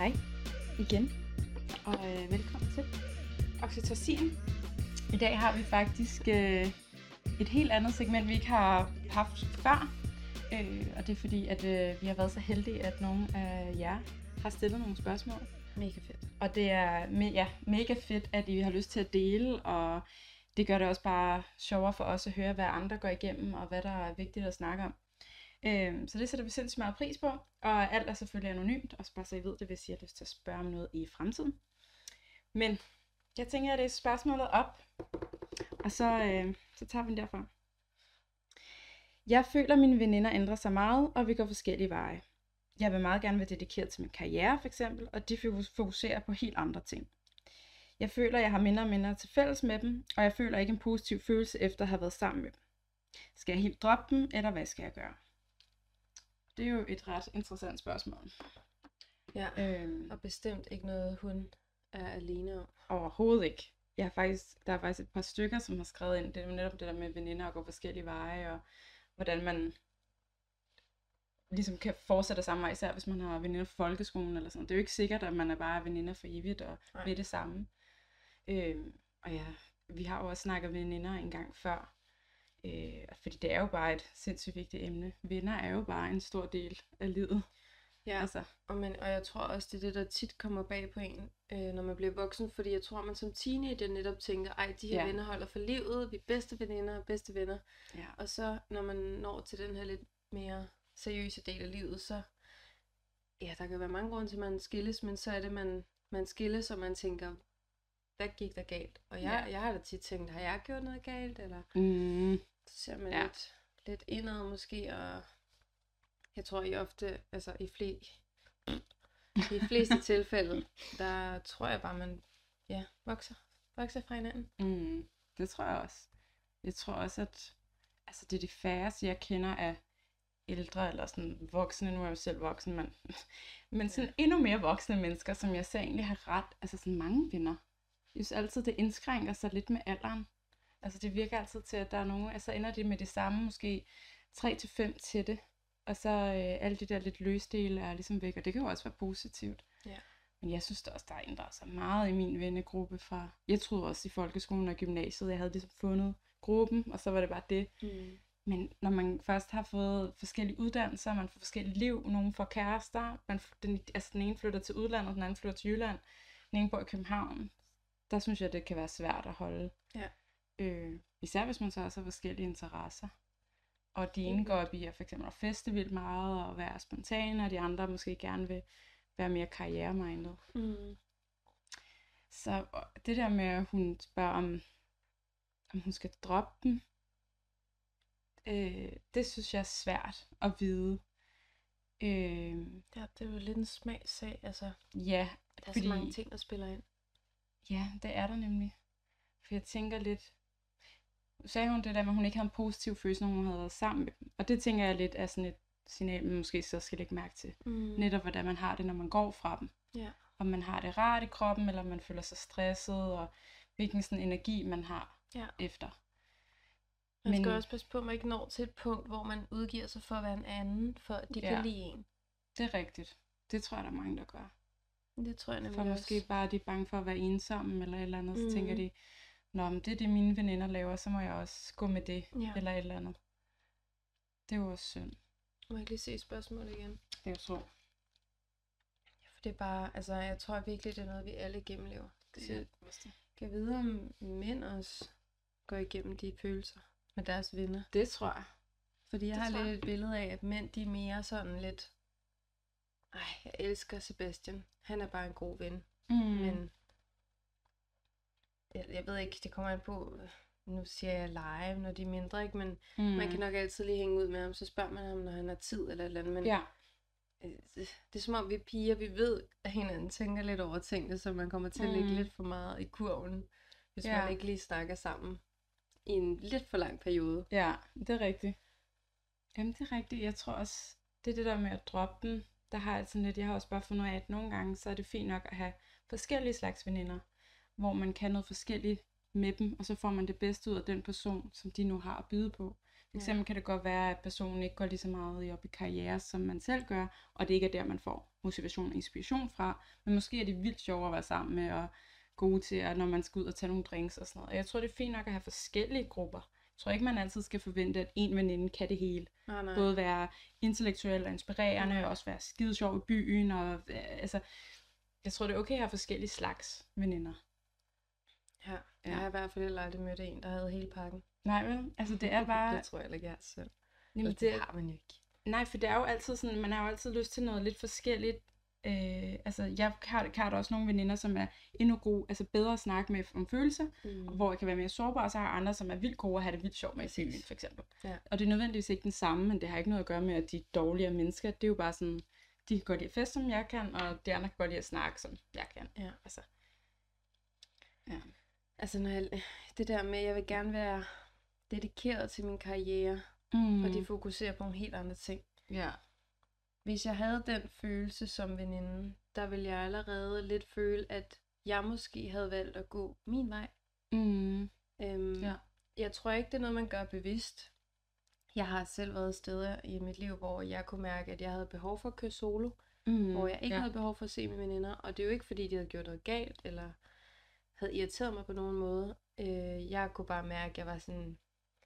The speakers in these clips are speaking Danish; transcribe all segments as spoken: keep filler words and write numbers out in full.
Hej igen, og øh, velkommen til Oxytocin. I dag har vi faktisk øh, et helt andet segment, vi ikke har haft før. Øh, og det er fordi, at øh, vi har været så heldige, at nogle af jer har stillet nogle spørgsmål. Mega fedt. Og det er me- ja, mega fedt, at I har lyst til at dele, og det gør det også bare sjovere for os at høre, hvad andre går igennem, og hvad der er vigtigt at snakke om. Øhm, så det sætter vi sindssygt meget pris på, og alt er selvfølgelig anonymt, også bare så I ved det, hvis I har lyst til at spørge om noget i fremtiden. Men jeg tænker, at det er spørgsmålet op, og så, øh, så tager vi den derfra. Jeg føler, at mine veninder ændrer sig meget, og vi går forskellige veje. Jeg vil meget gerne være dedikeret til min karriere, for eksempel, og de fokuserer på helt andre ting. Jeg føler, at jeg har mindre og mindre til fælles med dem, og jeg føler ikke en positiv følelse efter at have været sammen med dem. Skal jeg helt droppe dem, eller hvad skal jeg gøre? Det er jo et ret interessant spørgsmål. Ja, øhm, og bestemt ikke noget, hun er alene om. Overhovedet ikke. Jeg har faktisk, der er faktisk et par stykker, som har skrevet ind, det er netop det der med veninder og gå forskellige veje, og hvordan man ligesom kan fortsætte samme vej, især hvis man har veninder fra folkeskolen eller sådan. Det er jo ikke sikkert, at man er bare veninder for evigt og Nej. ved det samme. Øhm, og ja, vi har jo også snakket veninder en gang før, øh, fordi det er jo bare et sindssygt vigtigt emne. Venner er jo bare en stor del af livet. Ja, altså. og, man, og jeg tror også, det er det, der tit kommer bag på en, øh, når man bliver voksen, fordi jeg tror, man som teenager netop tænker, ej, de her ja. venner holder for livet, vi er bedste veninder og bedste venner. Ja. Og så, når man når til den her lidt mere seriøse del af livet, så, ja, der kan være mange grunde til, at man skilles, men så er det, man, man skilles, og man tænker, hvad gik der galt? Og jeg, ja. jeg har da tit tænkt, har jeg gjort noget galt? Eller Mm. så ser man ja. lidt, lidt indad måske, og jeg tror I ofte, altså i, fle, i de fleste tilfælde, der tror jeg bare, man ja, vokser, vokser fra hinanden. Mm. Det tror jeg også. Jeg tror også, at altså, det er de færreste, jeg kender af ældre eller sådan voksne, nu er jeg jo selv voksen, men, men sådan ja. endnu mere voksne mennesker, som jeg så egentlig har ret, altså sådan mange venner. Jeg synes altid, det indskrænker sig lidt med alderen. Altså det virker altid til, at der er nogen, altså ender de med det samme, måske tre til fem tætte, og så øh, alle de der lidt løsdele er ligesom væk, og det kan jo også være positivt. Ja. Men jeg synes også, der er ændret sig meget i min vennegruppe fra, jeg troede også i folkeskolen og gymnasiet, jeg havde ligesom fundet gruppen, og så var det bare det. Mm. Men når man først har fået forskellige uddannelser, man får forskellige liv, nogen får kærester, man, den, altså den ene flytter til udlandet, den anden flytter til Jylland, den ene bor i København, der synes jeg, det kan være svært at holde. Ja. Øh, især hvis man så også har forskellige interesser. Og de ene går op i at for eksempel at feste vildt meget og være spontane, og de andre måske gerne vil være mere karrieremindet. Mm. Så det der med, at hun spørger om, om hun skal droppe dem, øh, det synes jeg er svært at vide. Øh, ja, det er jo lidt en smagssag, altså. Ja. Der er fordi, så mange ting, der spiller ind. Ja, det er der nemlig. For jeg tænker lidt, sagde hun det der med, at hun ikke havde en positiv følelse, når hun havde været sammen med dem. Og det tænker jeg lidt er sådan et signal, man måske så skal lægge mærke til. Mm. Netop hvordan man har det, når man går fra dem. Ja. Om man har det rart i kroppen, eller man føler sig stresset, og hvilken sådan energi man har ja. efter. Man skal Men, også passe på, at man ikke når til et punkt, hvor man udgiver sig for at være en anden, for at de ja. kan lide en. Det er rigtigt. Det tror jeg, der er mange, der gør. Det tror jeg nemlig For måske også. bare de er bange for at være ensomme, eller et eller andet, mm. så tænker de, nå, men det er det, mine veninder laver, så må jeg også gå med det, ja. eller et eller andet. Det er jo også synd. Må jeg ikke lige se spørgsmålet igen? Det er jo så. Ja, for det er bare, altså jeg tror virkelig, det er noget, vi alle gennemlever. Det så kan jeg vide, om mænd også går igennem de følelser med deres venner? Det tror jeg. Fordi jeg det har lidt jeg. et billede af, at mænd, de er mere sådan lidt, ej, jeg elsker Sebastian. Han er bare en god ven. Mm. Men jeg, jeg ved ikke, det kommer an på, nu siger jeg live, når de er mindre, ikke? Men mm. man kan nok altid lige hænge ud med ham, så spørger man ham, når han har tid eller et eller andet. Men ja. det, det er som om vi piger, vi ved, at hinanden tænker lidt over tingene, så man kommer til at ligge mm. lidt for meget i kurven, hvis ja. man ikke lige snakker sammen i en lidt for lang periode. Ja, det er rigtigt. Jamen det er rigtigt. Jeg tror også, det er det der med at droppe den, der har jeg sådan lidt, jeg har også bare fundet af, at nogle gange, så er det fint nok at have forskellige slags veninder, hvor man kan noget forskelligt med dem, og så får man det bedste ud af den person, som de nu har at byde på. For eksempel kan det godt være, at personen ikke går lige så meget op i karriere, som man selv gør, og det ikke er der, man får motivation og inspiration fra, men måske er det vildt sjovt at være sammen med, og gode til, at når man skal ud og tage nogle drinks og sådan noget. Og jeg tror, det er fint nok at have forskellige grupper. Jeg tror ikke, man altid skal forvente, at en veninde kan det hele. Nej, nej. Både være intellektuel og inspirerende, og også være skide sjov i byen, og altså, jeg tror, det er okay at have forskellige slags veninder. Ja, jeg har i hvert fald aldrig mødt en, der havde hele pakken. Nej, vel? Altså, det er bare... det tror jeg ikke, jeg selv. Jamen, det, det har man jo ikke. Nej, for det er jo altid sådan, man har jo altid lyst til noget lidt forskelligt. Øh, altså, jeg har, har da også nogle veninder, som er endnu gode, altså bedre at snakke med om følelser, mm. hvor jeg kan være mere sårbar, og så har jeg andre, som er vildt gode at have det vildt sjovt med i filmen, for eksempel. Ja. Og det er nødvendigvis ikke den samme, men det har ikke noget at gøre med, at de er dårligere mennesker. Det er jo bare sådan, de kan godt lide at feste, som jeg kan, og de andre kan godt lide at snakke, som jeg kan. Ja. Altså, ja. Altså, når jeg, det der med, at jeg vil gerne være dedikeret til min karriere, mm. og de fokuserer på nogle helt andre ting. Ja. Hvis jeg havde den følelse som veninde, der ville jeg allerede lidt føle, at jeg måske havde valgt at gå min vej. Mm. Øhm, ja. Jeg tror ikke, det er noget, man gør bevidst. Jeg har selv været steder i mit liv, hvor jeg kunne mærke, at jeg havde behov for at køre solo, mm. hvor jeg ikke ja. havde behov for at se mine veninder. Og det er jo ikke, fordi de havde gjort noget galt, eller havde irriteret mig på nogen måde. Øh, jeg kunne bare mærke, at jeg var sådan...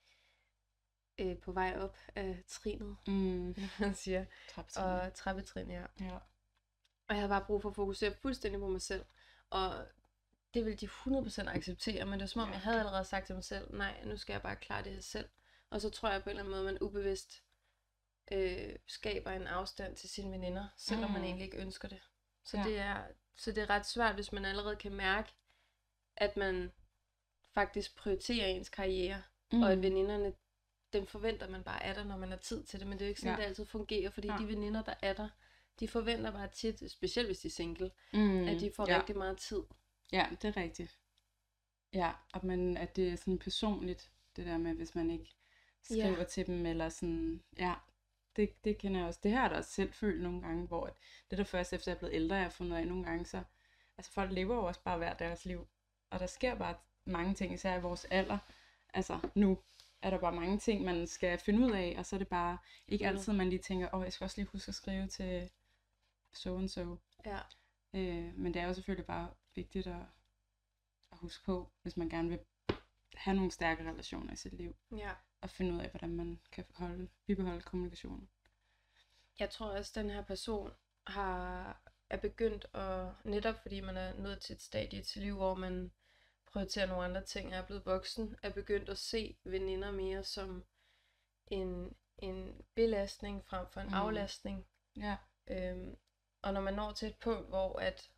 Øh, på vej op af trinet, mm. man siger. Trappetrin. Og trappetrin, ja. ja. Og jeg havde bare brug for at fokusere fuldstændig på mig selv. Og det ville de hundrede procent acceptere, men det var som om, ja. jeg havde allerede sagt til mig selv, nej, nu skal jeg bare klare det her selv. Og så tror jeg på en eller anden måde, man ubevidst øh, skaber en afstand til sine veninder, selvom mm. man egentlig ikke ønsker det. Så, ja. det er, så det er ret svært, hvis man allerede kan mærke, at man faktisk prioriterer ens karriere, mm. og at veninderne, dem forventer man bare er der, når man har tid til det, men det er jo ikke sådan, ja. det altid fungerer, fordi ja. de veninder, der er der, de forventer bare tit, specielt hvis de er single, mm. at de får ja. rigtig meget tid. Ja, det er rigtigt. Ja, og man, at det er sådan personligt, det der med, hvis man ikke skriver ja. til dem, eller sådan, ja, det, det kender jeg også. Det her er der også selv følt nogle gange, hvor det der først efter jeg er blevet ældre, jeg har fundet af nogle gange, så, altså folk lever jo også bare hver deres liv, og der sker bare mange ting, især i vores alder, altså nu er der bare mange ting, man skal finde ud af, og så er det bare ikke altid, man lige tænker, åh, oh, jeg skal også lige huske at skrive til so and so. Ja. Øh, men det er jo selvfølgelig bare vigtigt at, at huske på, hvis man gerne vil have nogle stærke relationer i sit liv. Ja. Og finde ud af, hvordan man kan holde, bibeholde kommunikationen. Jeg tror også, at den her person har, er begyndt at, netop fordi man er nået til et stadie til liv, hvor man prioriterer nogle andre ting, er blevet voksen, er begyndt at se veninder mere som en, en belastning frem for en mm. aflastning. Ja. Øhm, og når man når til et punkt, hvor at,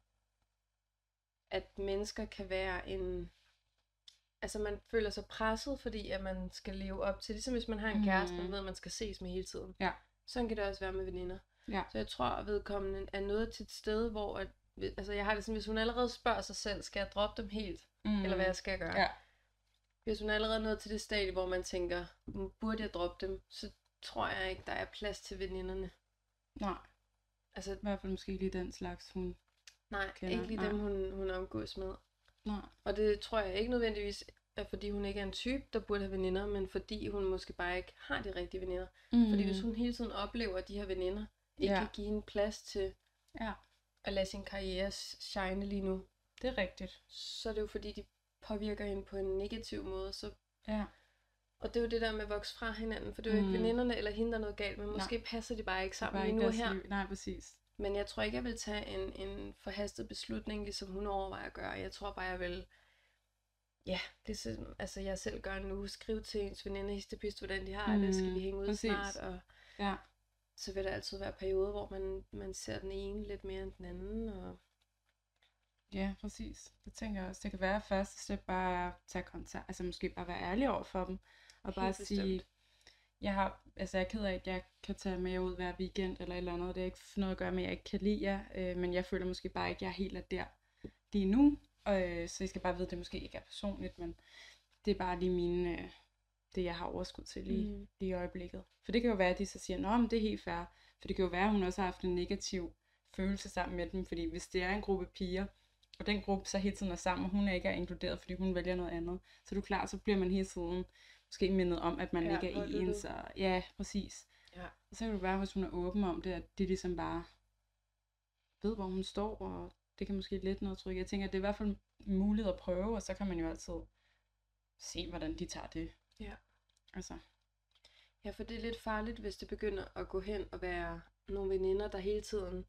at mennesker kan være en... Altså man føler sig presset, fordi at man skal leve op til, ligesom hvis man har en kæreste, mm. man ved, at man skal ses med hele tiden. Ja. Sådan kan det også være med veninder. Ja. Så jeg tror, at vedkommende er nået til et sted, hvor... At, altså jeg har det sådan, hvis hun allerede spørger sig selv, skal jeg droppe dem helt? Mm. Eller hvad skal jeg gøre? Ja. Hvis hun er allerede nået til det stadie, hvor man tænker, burde jeg droppe dem, så tror jeg ikke, der er plads til veninderne. Nej. Altså, i hvert fald måske ikke lige den slags, hun nej, kender. ikke lige nej. dem, hun, hun omgås med. Nej. Og det tror jeg ikke nødvendigvis er, fordi hun ikke er en type, der burde have veninder, men fordi hun måske bare ikke har de rigtige veninder. Mm. Fordi hvis hun hele tiden oplever, at de her veninder ikke ja. kan give en plads til ja. at lade sin karriere shine lige nu. Det er rigtigt. Så er det jo fordi, de påvirker hende på en negativ måde. Så... Ja. Og det er jo det der med at vokse fra hinanden, for det er jo mm. ikke veninderne eller hende, der er noget galt, men måske Nej. passer de bare ikke sammen lige nu og her. Liv. Nej, præcis. Men jeg tror ikke, jeg vil tage en, en forhastet beslutning, ligesom hun overvejer at gøre. Jeg tror bare, jeg vil, ja, ligesom, altså jeg selv gør nu, skrive til ens veninde histepist, hvordan de har mm. det, skal vi hænge ud præcis. snart, og ja. så vil der altid være perioder, hvor man, man ser den ene lidt mere end den anden, og ja, præcis. Det tænker jeg også. Det kan være første step bare at tage kontakt, altså måske bare være ærlig over for dem, og bare Helt sige, bestemt. jeg har, altså jeg er ked af, at jeg kan tage med jer ud hver weekend, eller et eller andet, det er ikke noget at gøre med, at jeg ikke kan lide jer, øh, men jeg føler måske bare ikke, at jeg er helt af der lige nu, og, øh, så I skal bare vide, at det måske ikke er personligt, men det er bare lige mine, øh, det jeg har overskud til lige, mm. lige i øjeblikket. For det kan jo være, at de så siger, nå, men det er helt fair, for det kan jo være, at hun også har haft en negativ følelse sammen med dem, fordi hvis det er en gruppe piger, og den gruppe så hele tiden er sammen, og hun er ikke er inkluderet, fordi hun vælger noget andet. Så er du klar, så bliver man hele tiden måske mindet om, at man Ja, ikke er hvor er du ens. det? Og, ja, præcis. Ja. Og så kan det være, hvis hun er åben om det, at de ligesom bare ved, hvor hun står, og det kan måske lidt noget tryk. Jeg tænker, at det er i hvert fald muligt at prøve, og så kan man jo altid se, hvordan de tager det. Ja. Altså. Ja, for det er lidt farligt, hvis det begynder at gå hen og være nogle veninder, der hele tiden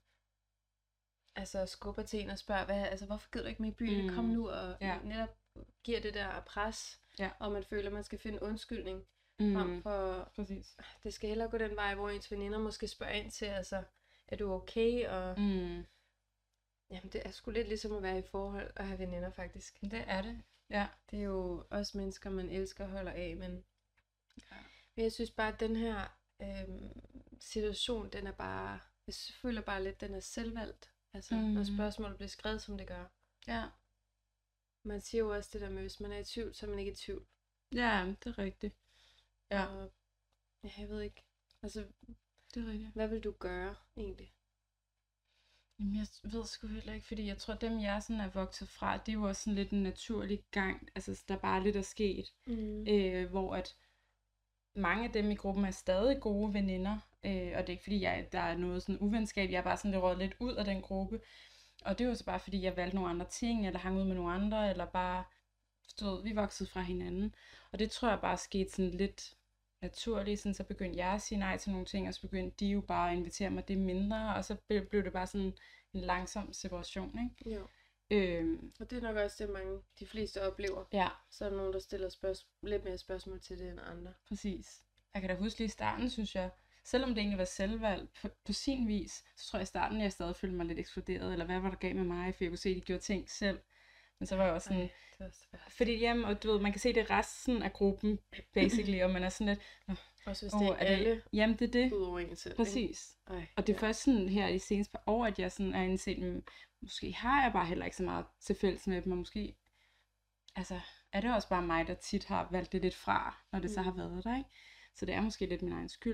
altså skubber til en og spørger, hvad, altså, hvorfor gider du ikke med i byen? Mm. Kom nu, og Ja. netop giver det der pres, Ja. og man føler, at man skal finde undskyldning, Mm. frem for, Præcis. det skal hellere gå den vej, hvor ens veninder måske spørger ind til, altså, er du okay? Og Mm. jamen, det er sgu lidt ligesom at være i forhold og have veninder, faktisk. Det er det. Ja. Det er jo også mennesker, man elsker og holder af, men, Ja. men jeg synes bare, at den her øhm, situation, den er bare, jeg føler bare lidt, den er selvvalgt. Altså, mm. når Mm. spørgsmålet bliver skrevet, som det gør. Ja. Man siger jo også det der med, hvis man er i tvivl, så er man ikke i tvivl. Ja, det er rigtigt. Ja, Og, ja, jeg ved ikke. Altså, det er rigtigt. hvad vil du gøre, egentlig? Jamen, jeg ved sgu heller ikke, fordi jeg tror, dem jeg sådan er vokset fra, det er jo også sådan lidt en naturlig gang, altså der bare lidt er sket, Mm. øh, hvor at mange af dem i gruppen er stadig gode veninder, øh, og det er ikke fordi, jeg, der er noget sådan uvenskab, jeg er bare sådan lidt røget lidt ud af den gruppe, og det er jo så bare fordi, jeg valgte nogle andre ting, eller hang ud med nogle andre, eller bare, stod, vi voksede fra hinanden, og det tror jeg bare skete sådan lidt naturligt, sådan så begyndte jeg at sige nej til nogle ting, og så begyndte de jo bare at invitere mig det mindre, og så blev blev det bare sådan en langsom separation, ikke? Jo. Øhm, Og det er nok også det, mange, de fleste oplever. ja, Så er der nogen, der stiller spørg- lidt mere spørgsmål til det end andre. præcis. Jeg kan da huske lige i starten, synes jeg, selvom det egentlig var selvvalgt på, på sin vis, så tror jeg i starten, jeg stadig følte mig lidt ekskluderet, eller hvad var der gav med mig, for jeg kunne se, at de gjorde ting selv. Men så var jeg også sådan, Ej, det er også det værste. fordi jamen, og du ved, man kan se det er resten af gruppen, basically, og man er sådan lidt, "Nå, Også hvis åh, det er, er det- alle jamen det er det, ud over en selv. præcis. Ikke? Ej, Og det er ja. først sådan her i de seneste par år, at jeg sådan er indset, men måske har jeg bare heller ikke så meget til fælles med dem, og måske altså, er det også bare mig, der tit har valgt det lidt fra, når det mm. så Mm. har været der, ikke? Så det er måske lidt min egen skyld.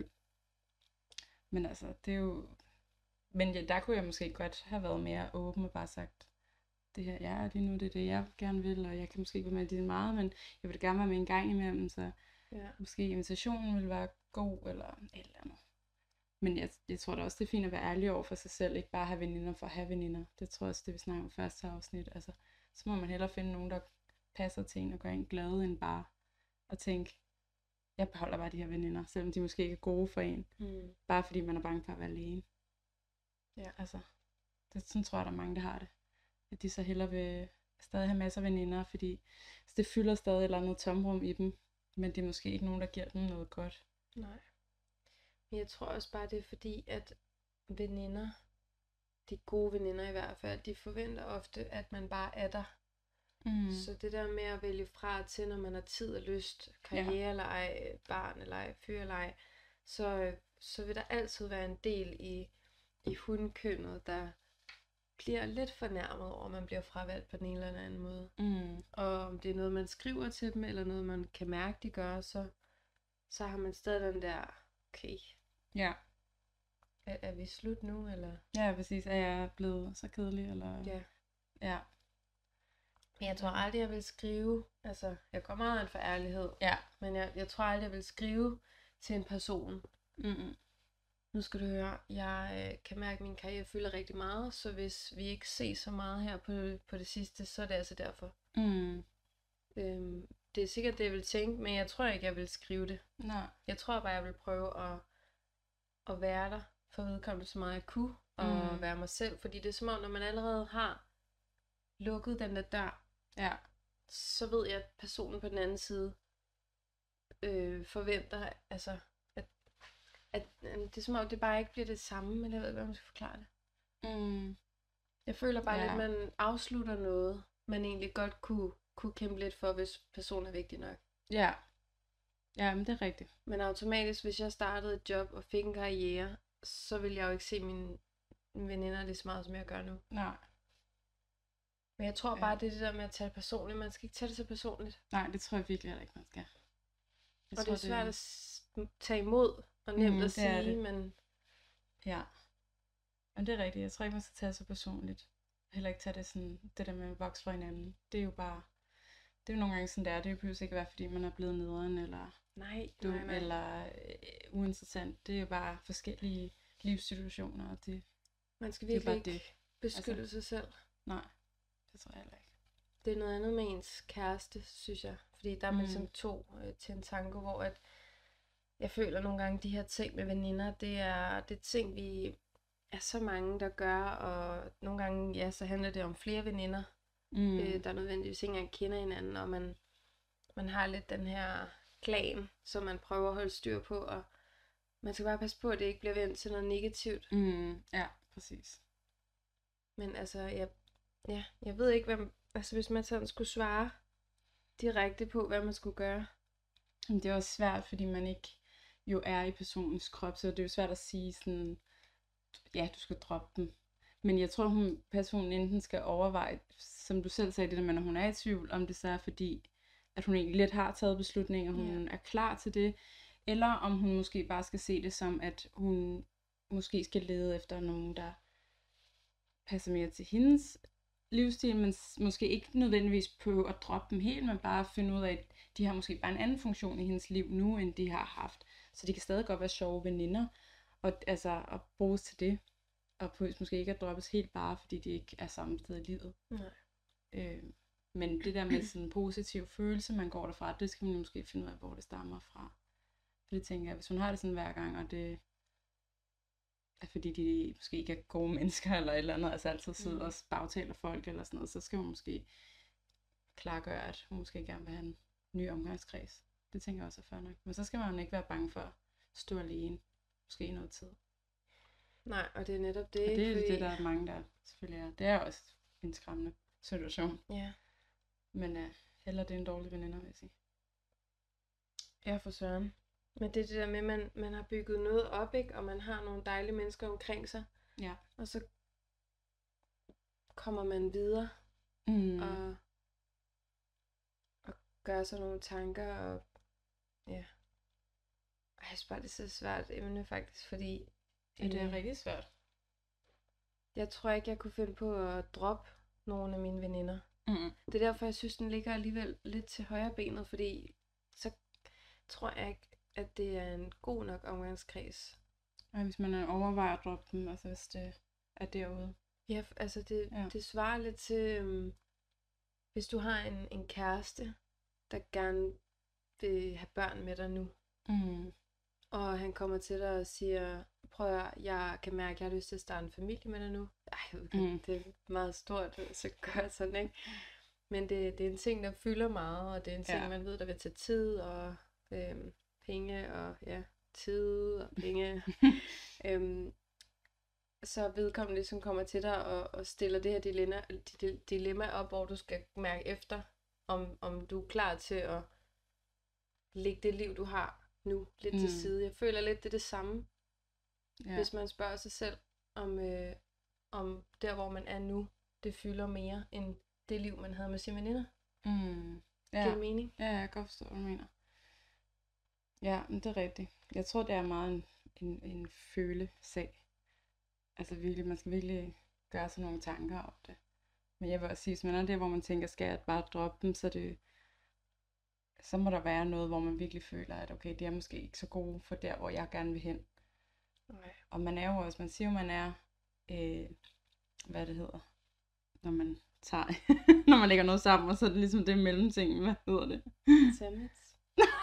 Men altså, det er jo... Men ja, der kunne jeg måske godt have været mere åben og bare sagt, det her, jeg er lige nu, det er det, jeg gerne vil, og jeg kan måske ikke være med det meget, men jeg vil gerne være med en gang imellem, så Ja. måske invitationen vil være god, eller et eller andet. Men jeg, jeg tror da også, det er fint at være ærlig over for sig selv, ikke bare have veninder for at have veninder. Det tror jeg også, det vi snakker om første afsnit. Altså, så må man hellere finde nogen, der passer til en og gør en glad, end bare at tænke, jeg beholder bare de her veninder, selvom de måske ikke er gode for en. Mm. Bare fordi man er bange for at være alene. Ja. Altså, det, sådan tror jeg, der er mange, der har det. At de så hellere vil stadig have masser af veninder, fordi så det fylder stadig et eller andet tomrum i dem, men det er måske ikke nogen, der giver dem noget godt. Nej. Men jeg tror også bare, det er fordi, at veninder, de gode veninder i hvert fald, de forventer ofte, at man bare er der. Mm. Så det der med at vælge fra og til, når man har tid og lyst, karriere eller ej, barn eller ej, fyr eller ej, så, så vil der altid være en del i, i hundkønnet, der bliver lidt fornærmet over, at man bliver fravalgt på den ene eller anden måde. Mm. Og om det er noget, man skriver til dem, eller noget, man kan mærke, de gør, så, så har man stadig den der, okay, Ja. er, er vi slut nu, eller? Ja, præcis. Er jeg blevet så kedelig, eller... Ja. Ja. Men jeg tror aldrig, jeg vil skrive, altså, jeg går meget ind for ærlighed, Ja. men jeg, jeg tror aldrig, jeg vil skrive til en person. Mm-mm. Nu skal du høre, jeg øh, kan mærke, at min karriere fylder rigtig meget, så hvis vi ikke ses så meget her på, på det sidste, så er det altså derfor. Mm. Øhm, det er sikkert det, jeg vil tænke, men jeg tror ikke, jeg vil skrive det. Nej. Jeg tror bare, jeg vil prøve at, at være der for vedkommende så meget jeg kunne, og Mm. være mig selv, fordi det er som om, når man allerede har lukket den der dør, Ja. så ved jeg, at personen på den anden side øh, forventer, altså, at, at øh, det er som om, det bare ikke bliver det samme, men jeg ved ikke, hvordan man skal forklare det. Mm. Jeg føler bare Ja. lidt, at man afslutter noget, man egentlig godt kunne, kunne kæmpe lidt for, hvis personen er vigtig nok. Ja. Ja, men det er rigtigt. Men automatisk, hvis jeg startede et job og fik en karriere, så ville jeg jo ikke se mine veninder lige så meget, som jeg gør nu. Nej. Men jeg tror Ja. bare, det er det der med at tage det personligt. Man skal ikke tage det så personligt. Nej, det tror jeg virkelig heller ikke, man skal. Jeg Og tror, det er svært at s- tage imod, og nemt Mhm, at det er sige, det. men Ja. Men det er rigtigt. Jeg tror ikke, man skal tage det så personligt. Heller ikke tage det sådan, det der med at vokse fra hinanden. Det er jo bare det er jo nogle gange sådan, det er. Det behøver ikke være, fordi man er blevet nederen, eller Nej, dum, nej, nej. eller øh, uinteressant. Det er jo bare forskellige livssituationer, og det, Man skal det er virkelig bare ikke det. beskylde Altså- sig selv. Nej, det tror jeg heller ikke. Det er noget andet med ens kæreste, synes jeg. Fordi der er man Mm. ligesom to øh, til en tango, hvor at jeg føler nogle gange, de her ting med veninder, det er, det er ting, vi er så mange, der gør, og nogle gange, ja, så handler det om flere veninder, Mm. mm. øh, der nødvendigvis ikke engang kender hinanden, og man, man har lidt den her klan, som man prøver at holde styr på, og man skal bare passe på, at det ikke bliver vendt til noget negativt. Mm. Ja, præcis. Men altså, jeg, ja, jeg ved ikke, hvad, altså hvis man sådan skulle svare direkte på, hvad man skulle gøre. Men det er også svært, fordi man ikke jo er i personens krop, så det er jo svært at sige sådan, ja, du skal droppe dem. Men jeg tror, hun personen enten skal overveje, som du selv sagde, det der med, når hun er i tvivl, om det så er fordi, at hun egentlig lidt har taget beslutninger, og hun Ja. er klar til det, eller om hun måske bare skal se det som, at hun måske skal lede efter nogen, der passer mere til hendes livsstil, men s- måske ikke nødvendigvis prøve at droppe dem helt, men bare finde ud af, at de har måske bare en anden funktion i hendes liv nu, end de har haft. Så de kan stadig godt være sjove veninder, og altså at bruges til det, og på, måske ikke at droppes helt bare, fordi de ikke er samme sted i livet. Nej. Øh, men det der med sådan en positiv følelse, man går derfra, det skal man måske finde ud af, hvor det stammer fra. For det tænker jeg, hvis hun har det sådan hver gang, og det er fordi de måske ikke er gode mennesker, eller et eller andet, altså altid sidder Mm. og bagtaler folk, eller sådan noget, så skal hun måske klargøre, at hun måske gerne vil have en ny omgangskreds. Det tænker jeg også er fair nok. Men så skal man ikke være bange for at stå alene, måske i noget tid. Nej, og det er netop det, Og ikke? det er Fordi- det, der er mange, der selvfølgelig er. Det er også en skræmmende situation. Ja, Men uh, heller det er en dårlig veninde, vil jeg sige. ja, for søren. Men det er det der med, at man, man har bygget noget op, ikke? Og man har nogle dejlige mennesker omkring sig. Ja. Og så kommer man videre Mm. og, og gør sig nogle tanker. Og ja. Ej, jeg synes bare, det er så svært emne faktisk, fordi Ja, det er øh, rigtig svært. jeg tror ikke, jeg kunne finde på at droppe nogle af mine veninder. Mm. Det er derfor, jeg synes, den ligger alligevel lidt til højre benet, fordi så tror jeg ikke, at det er en god nok omgangskreds. Og hvis man overvejer at droppe dem, altså hvis det er derude. Ja, f- altså det, Ja. ja. det svarer lidt til, øhm, hvis du har en, en kæreste, der gerne vil have børn med dig nu, Mm. og han kommer til dig og siger, prøv at høre, jeg kan mærke, at jeg har lyst til at starte en familie med dig nu. Ej, jeg ved godt, Mm. det er meget stort, så gør sådan, ikke? Men det, det er en ting, der fylder meget, og det er en ting, Ja. ja. man ved, der vil tage tid og øhm, penge, og ja, tid og penge. øhm, så vedkommende ligesom kommer til dig og, og stiller det her dilemma, di- dilemma op, hvor du skal mærke efter, om, om du er klar til at lægge det liv, du har nu, lidt mm. til Mm. side. Jeg føler lidt, det er det samme, Ja. ja. hvis man spørger sig selv, om, øh, om der, hvor man er nu, det fylder mere, end det liv, man havde med sine veninder. Mm. Ja. Ja. Giver det mening? Ja, jeg kan godt forstå, hvad du mener. Ja, men det er rigtigt. Jeg tror, det er meget en, en, en følesag. Altså virkelig, man skal virkelig gøre sig nogle tanker om det. Men jeg vil også sige, hvis man er der, hvor man tænker, skal jeg bare droppe dem, så det så må der være noget, hvor man virkelig føler, at okay, det er måske ikke så gode for der, hvor jeg gerne vil hen. Nej. Og man er jo også, man siger jo, man er, øh, hvad det hedder, når man tager, når man lægger noget sammen, og så er det ligesom det mellemting, hvad hedder det? Sandwich.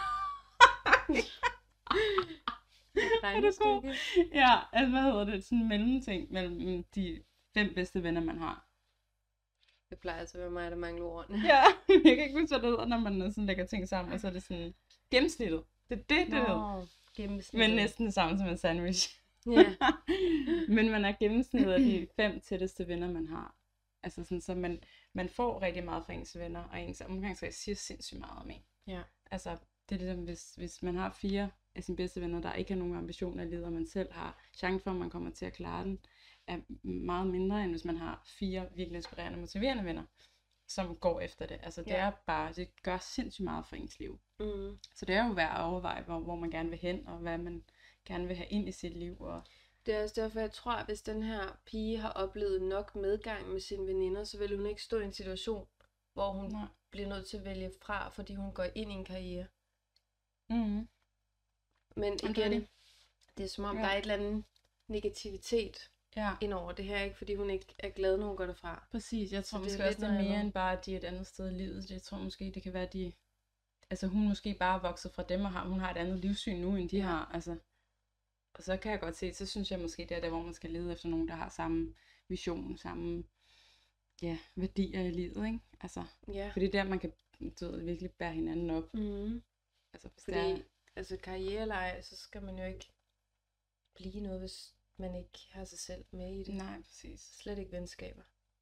Er du god? Ja, altså hvad hedder det? Sådan en mellemting mellem de fem bedste venner, man har. Det plejer altså at være mig, der mangler ordene. Ja, jeg kan ikke huske, hvad det hedder, når man sådan lægger ting sammen, og så er det sådan gennemsnittet. Det er det, det hedder. Nå, gennemsnittet. Men næsten det samme som en sandwich. Ja. Men man er gennemsnittet af de fem tætteste venner, man har. Altså sådan, så man, man får rigtig meget fra ens venner, og ens omgangskreds siger sindssygt meget om en. Ja. Altså, det er ligesom, hvis, hvis man har fire af sine bedste venner, der ikke har nogen ambitioner i livet, og man selv har chancen for, at man kommer til at klare den, er meget mindre, end hvis man har fire virkelig inspirerende, motiverende venner, som går efter det. Altså, det Ja. er bare, det gør sindssygt meget for ens liv. Mm. Så det er jo værd at overveje, hvor, hvor man gerne vil hen, og hvad man gerne vil have ind i sit liv. Og Det er også derfor, jeg tror, at hvis den her pige har oplevet nok medgang med sine veninder, så vil hun ikke stå i en situation, hvor hun Nej. bliver nødt til at vælge fra, fordi hun går ind i en karriere. Mm. Men det er igen, det. det er som om, Ja. der er et eller andet negativitet Ja, ind over det her, ikke? Fordi hun ikke er glad, når hun går derfra. præcis. Jeg tror det er måske lidt også, det er noget mere andet. end bare, at de er et andet sted i livet. Jeg tror måske, det kan være, at de... Altså, hun måske bare er vokset fra dem, og har, hun har et andet livssyn nu, end de Ja. har. Altså, og så kan jeg godt se, så synes jeg måske, det er der, hvor man skal lede efter nogen, der har samme vision, samme ja, værdier i livet, ikke? Altså, Ja. for det er der, man kan du ved, virkelig bære hinanden op. Mm. Altså, hvis Fordi, det er... altså karriereleje, så skal man jo ikke blive noget, hvis man ikke har sig selv med i det. Nej, præcis. Slet ikke venskaber.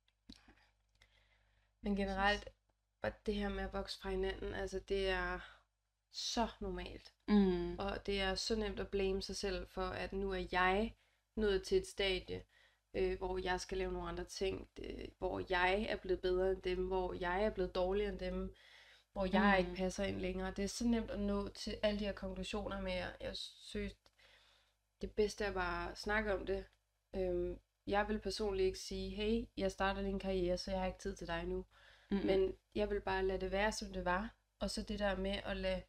Men generelt, bare det her med at vokse fra hinanden, altså det er så normalt. Mm. Og det er så nemt at blame sig selv for, at nu er jeg nået til et stadie, øh, hvor jeg skal lave nogle andre ting, det, hvor jeg er blevet bedre end dem, hvor jeg er blevet dårligere end dem, hvor jeg Mm. ikke passer ind længere. Det er så nemt at nå til alle de her konklusioner med, at jeg synes, det bedste er bare at snakke om det. Øhm, jeg vil personligt ikke sige, hey, jeg starter din karriere, så jeg har ikke tid til dig nu. Mm. Men jeg vil bare lade det være, som det var. Og så det der med at lade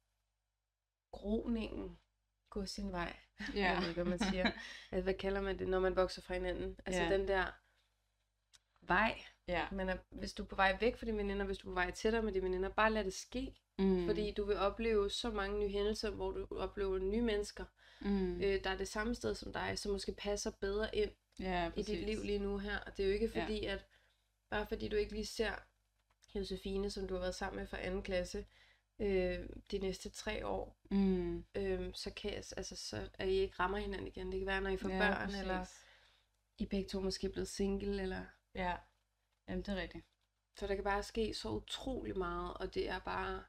groningen gå sin vej. Ja. Jeg ved ikke, hvad man siger. Altså, hvad kalder man det, når man vokser fra hinanden? Altså Ja. den der vej. Ja. Man er, hvis du er på vej væk fra dine veninder, hvis du er på vej tættere med dine veninder, bare lad det ske. Mm. Fordi du vil opleve så mange nye hændelser, hvor du oplever nye mennesker, Mm. øh, der er det samme sted som dig, som måske passer bedre ind Ja, i præcis. dit liv lige nu her. Og det er jo ikke fordi, ja. at bare fordi du ikke lige ser Josefine, som du har været sammen med fra anden klasse, øh, de næste tre år, Mm. øh, så, kan, altså, så er I ikke rammer hinanden igen. Det kan være, når I får Ja, børn, præcis. eller I begge to måske er blevet single, eller... Ja, jamen det er rigtigt. Så der kan bare ske så utrolig meget, og det er bare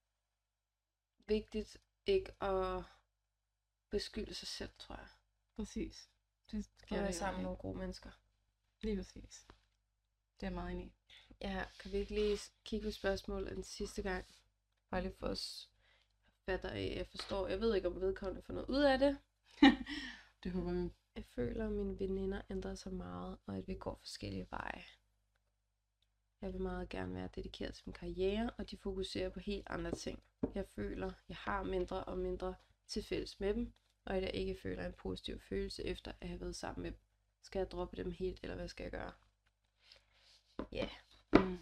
vigtigt ikke at beskylde sig selv, tror jeg. Præcis. Det Og skal være det sammen med jo nogle gode mennesker. lige præcis. Det er jeg meget enig i. Ja, kan vi ikke lige kigge på spørgsmålet en sidste gang? Bare lige for os fatter af, jeg forstår. Jeg ved ikke, om vedkommende får noget ud af det. Det håber vi. Jeg føler, at mine veninder ændrer sig meget, og at vi går forskellige veje. Jeg vil meget gerne være dedikeret til min karriere, og de fokuserer på helt andre ting. Jeg føler, jeg har mindre og mindre til fælles med dem, og at jeg ikke føler en positiv følelse efter at have været sammen med dem. Skal jeg droppe dem helt, eller hvad skal jeg gøre? Ja, Mm.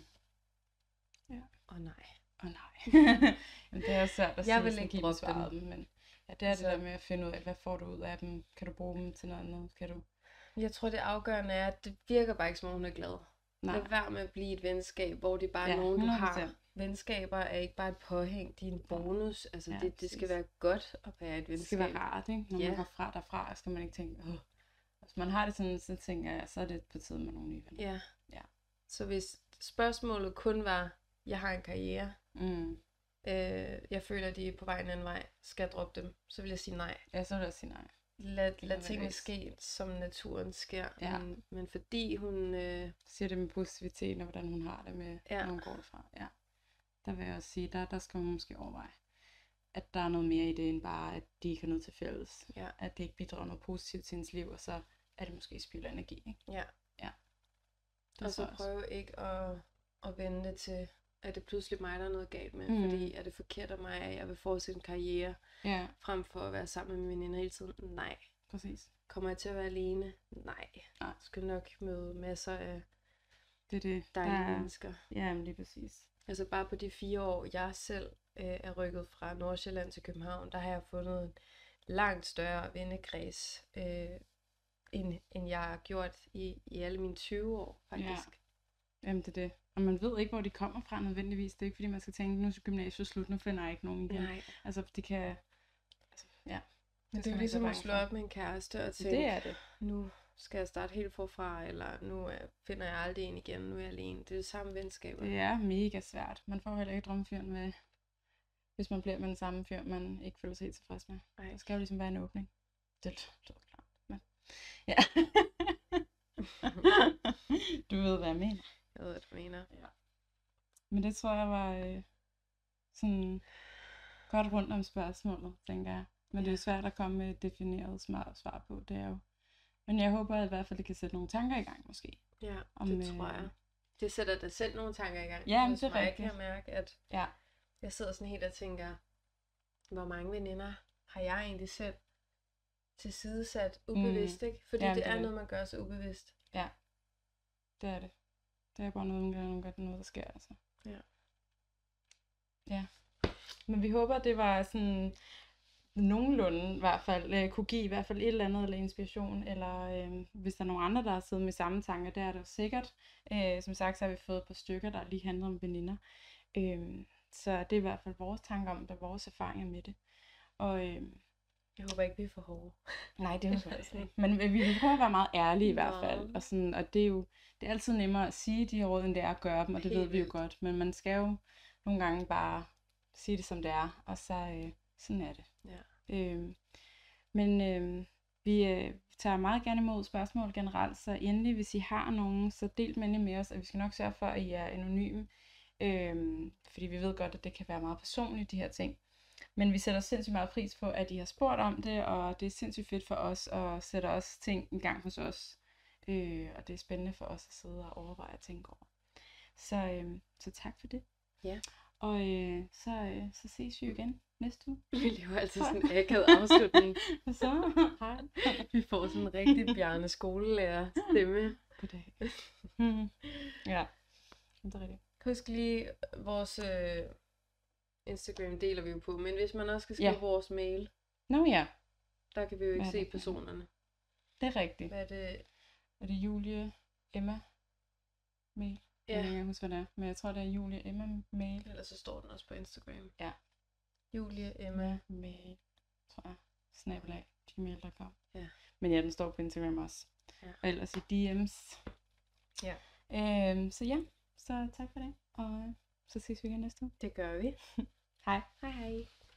og nej. Åh oh, nej. Jamen, det er jo svært at Jeg sige, vil sådan ikke helt droppe besvaret dem, men ja, det er Altså- det der med at finde ud af, hvad får du ud af dem? Kan du bruge dem til noget andet? Kan du? Jeg tror, det afgørende er, at det virker bare ikke, som om hun er glad. Nej. Lad være med at blive et venskab, hvor det bare er Ja, nogen, du hundrede har. procent. Venskaber er ikke bare et påhæng, de er en bonus. Altså, Ja, det, det skal præcis. være godt at være et venskab. Det skal være rart, ikke? Når Ja. man går fra derfra, skal man ikke tænke, åh. Hvis man har det sådan, så tænker jeg, så er det på tide med nogle nye venner. Ja. Ja. Så hvis spørgsmålet kun var, jeg har en karriere, Mm. øh, jeg føler, at de er på vej en anden vej, skal jeg droppe dem, så vil jeg sige nej. Ja, så vil jeg sige nej. Lad, kan lad være tingene bedst. ske, som naturen sker. Ja. Men, men fordi hun... Øh, Siger det med positivitet, og hvordan hun har det med, Ja. når hun går derfra. Ja. Der vil jeg også sige, der, der skal man måske overveje, at der er noget mere i det, end bare, at de ikke har noget til fælles. Ja. At det ikke bidrager noget positivt til hendes liv, og så er det måske spild af energi, ikke? ja. Det Og så tror jeg også. prøve ikke at, at vende det til, at det pludselig mig, der er noget galt med. Mm. Mm. Fordi er det forkert af mig, at jeg vil fortsætte en karriere, Ja, frem for at være sammen med mine veninder hele tiden? Nej. præcis. Kommer jeg til at være alene? Nej. Nej. Jeg skal nok møde masser af Det er det. dejlige der er, mennesker. Ja, men lige præcis. Altså bare på de fire år, jeg selv øh, er rykket fra Nordsjælland til København, der har jeg fundet en langt større vennekreds, øh, end, end jeg har gjort i, i alle mine tyve år, faktisk. Jamen, det er det. Og man ved ikke, hvor de kommer fra nødvendigvis. Det er ikke, fordi man skal tænke, nu er gymnasiet slut, nu finder jeg ikke nogen igen. Nej. Altså, det kan... Altså, ja. Det, skal det er man jo ligesom ikke at være slå bange for. op med en kæreste og tænke, Det er det. nu skal jeg starte helt forfra, eller nu er, finder jeg aldrig en igen, nu er jeg alene. Det er det samme venskaber. Det er mega svært. Man får heller ikke drømmefyren med, hvis man bliver med den samme fyr, man ikke føler sig helt tilfreds med. Ej. Der skal jo ligesom være en åbning. Det, det er klart. Men, ja. Du ved, hvad jeg mener. Jeg ved, hvad du mener. Men det tror jeg var øh, sådan godt rundt om spørgsmålet, tænker jeg. Men det er jo svært at komme med et defineret smart svar på, det er jo. Men jeg håber i hvert fald, det kan sætte nogle tanker i gang måske. Ja, Om, det tror øh, jeg. det sætter dig selv nogle tanker i gang. Ja, men Hos det er mig rigtigt. kan jeg mærke, at Ja. jeg sidder sådan helt og tænker, hvor mange veninder har jeg egentlig selv tilsidesat ubevidst, ikke? Fordi Jamen, det det er er det. noget, man gør så ubevidst. Ja, det er det. Det er bare noget, nogle gange, nogle gange noget, der sker, altså. Ja. Ja. Men vi håber, det var sådan nogenlunde i hvert fald, øh, kunne give i hvert fald et eller andet, eller inspiration, eller øh, hvis der er nogen andre, der har siddet med samme tanker, det er der jo sikkert. Øh, som sagt, så har vi fået et par stykker, der lige handler om veninder. Øh, så det er i hvert fald vores tanker om det, vores erfaringer med det. Og øh, Jeg håber ikke, vi er for hårde. nej, det er jo altså ikke. Men vi vil prøve at være meget ærlige i hvert fald. Meget. Og, sådan, og det er jo det er altid nemmere at sige de råd, end det er at gøre dem, og det Helt ved vi jo vildt. godt. Men man skal jo nogle gange bare sige det, som det er, og så øh, sådan er det. Ja. Øh, men øh, vi øh, tager meget gerne imod spørgsmål generelt, så endelig, hvis I har nogen, så del med med os, og vi skal nok sørge for, at I er anonyme. Øh, fordi vi ved godt, at det kan være meget personligt, de her ting. Men vi sætter sindssygt meget pris på, at I har spurgt om det, og det er sindssygt fedt for os, og sætter også ting i gang hos os. Øh, og det er spændende for os at sidde og overveje og tænke over. Så, øh, så tak for det. Ja. Og øh, så, øh, så ses vi jo igen næste uge. Vi laver altid sådan en akavet afslutning. Hvad så? Hej. Vi får sådan en rigtig Bjarne skolelærer stemme. Goddag. Mhm. Ja, det er rigtigt. Husk lige, vores øh, Instagram deler vi jo på, men hvis man også skal skrive Ja. vores mail, Nå ja, der kan vi jo ikke Hvad er se det for personerne. det er rigtigt. Hvad er det? Er det Julie Emma mail? Jeg Ja. kan ikke engang huske, hvad det er, men jeg tror, det er Julie Emma mail. Ellers så står den også på Instagram. Ja. Julie, Emma. Emma mail, tror jeg. Snabelag, gmail punktum com. Ja. Men ja, den står på Instagram også. Ja. Og ellers i D M's. Ja. Øhm, så ja, så tak for det. Og så ses vi igen næste uge. Det gør vi. Hej. Hej hej.